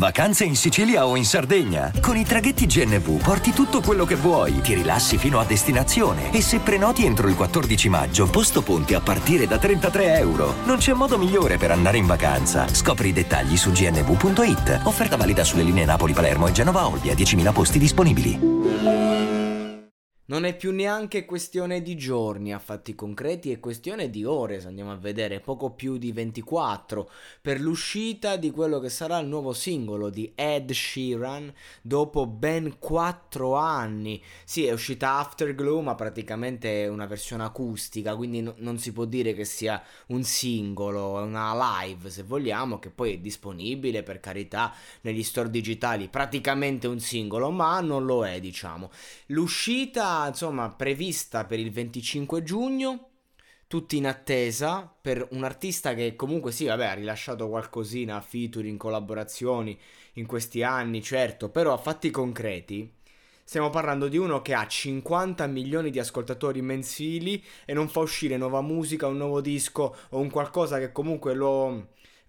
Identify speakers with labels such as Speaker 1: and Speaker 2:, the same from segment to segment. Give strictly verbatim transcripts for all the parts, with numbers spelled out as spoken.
Speaker 1: Vacanze in Sicilia o in Sardegna? Con i traghetti G N V porti tutto quello che vuoi, ti rilassi fino a destinazione e se prenoti entro il quattordici maggio, posto ponti a partire da trentatré euro. Non c'è modo migliore per andare in vacanza. Scopri i dettagli su g n v punto i t. Offerta valida sulle linee Napoli-Palermo e Genova-Olbia, diecimila posti disponibili.
Speaker 2: Non è più neanche questione di giorni a fatti concreti, è questione di ore, se andiamo a vedere, poco più di ventiquattro, per l'uscita di quello che sarà il nuovo singolo di Ed Sheeran dopo ben quattro anni. Sì, è uscita Afterglow, ma praticamente è una versione acustica, quindi no, non si può dire che sia un singolo, è una live se vogliamo, che poi è disponibile per carità negli store digitali, praticamente un singolo, ma non lo è, diciamo. L'uscita insomma prevista per il venticinque giugno, tutti in attesa per un artista che comunque sì, vabbè, ha rilasciato qualcosina, featuring, collaborazioni in questi anni, certo, però a fatti concreti stiamo parlando di uno che ha cinquanta milioni di ascoltatori mensili e non fa uscire nuova musica, un nuovo disco o un qualcosa che comunque lo...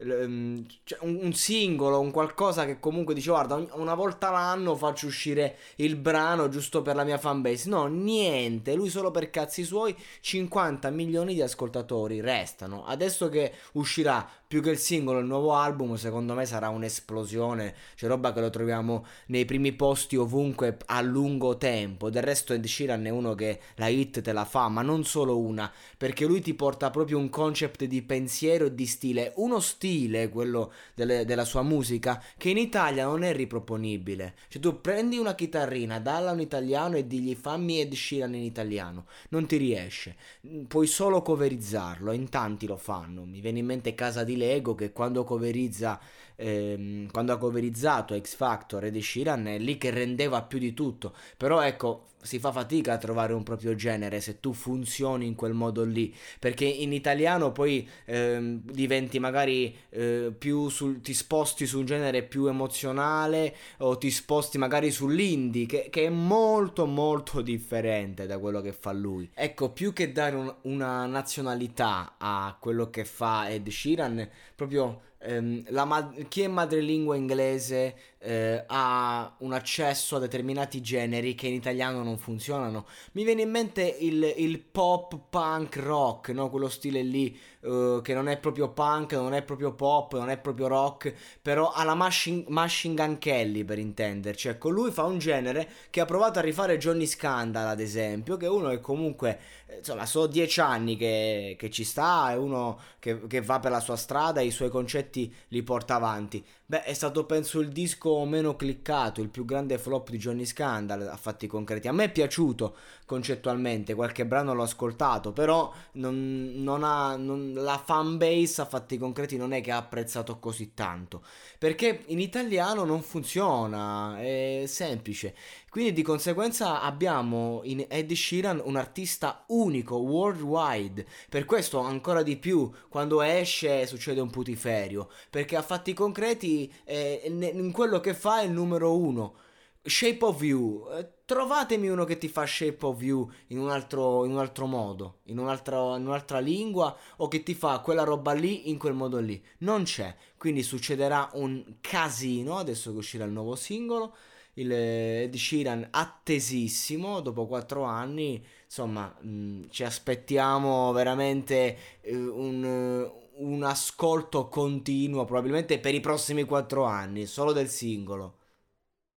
Speaker 2: Cioè, un, un singolo, un qualcosa che comunque dice guarda, una volta l'anno faccio uscire il brano giusto per la mia fanbase. No, niente, lui solo per cazzi suoi. Cinquanta milioni di ascoltatori restano. Adesso che uscirà più che il singolo il nuovo album, secondo me sarà un'esplosione, cioè roba che lo troviamo nei primi posti ovunque a lungo tempo. Del resto Ed Sheeran è uno che la hit te la fa, ma non solo una, perché lui ti porta proprio un concept di pensiero e di stile, uno stile, quello delle, della sua musica, che in Italia non è riproponibile. Cioè tu prendi una chitarrina, dalla un italiano e digli fammi Ed Sheeran in italiano, non ti riesce, puoi solo coverizzarlo, in tanti lo fanno. Mi viene in mente Casa di Lego che quando coverizza ehm, quando ha coverizzato X Factor Ed Sheeran è lì che rendeva più di tutto, però ecco, si fa fatica a trovare un proprio genere se tu funzioni in quel modo lì, perché in italiano poi ehm, diventi magari eh, più sul, ti sposti su un genere più emozionale o ti sposti magari sull'indie che, che è molto molto differente da quello che fa lui. Ecco, più che dare un, una nazionalità a quello che fa Ed Sheeran, proprio ehm, la ma- chi è madrelingua inglese eh, ha un accesso a determinati generi che in italiano non funzionano. Mi viene in mente il, il pop punk rock, no? Quello stile lì uh, che non è proprio punk, non è proprio pop, non è proprio rock, però ha la Machine, Machine Gun Kelly, per intenderci. Ecco, lui fa un genere che ha provato a rifare Johnny Scandal, ad esempio, che è uno che comunque, insomma, sono dieci anni che, che ci sta, è uno che, che va per la sua strada e i suoi concetti li porta avanti. Beh, è stato penso il disco meno cliccato, il più grande flop di Johnny Scandal a fatti concreti. A me è piaciuto concettualmente, qualche brano l'ho ascoltato, però non, non ha, non, la fanbase a fatti concreti non è che ha apprezzato così tanto, perché in italiano non funziona, è semplice. Quindi di conseguenza abbiamo in Ed Sheeran un artista unico, worldwide. Per questo ancora di più quando esce succede un putiferio, perché a fatti concreti eh, in quello che fa è il numero uno. Shape of You, eh, trovatemi uno che ti fa Shape of You in un altro, in un altro modo, in, un altro, in un'altra lingua, o che ti fa quella roba lì in quel modo lì. Non c'è, quindi succederà un casino adesso che uscirà il nuovo singolo. Il Ed Sheeran attesissimo dopo quattro anni, insomma, mh, ci aspettiamo veramente eh, un, un ascolto continuo probabilmente per i prossimi quattro anni solo del singolo.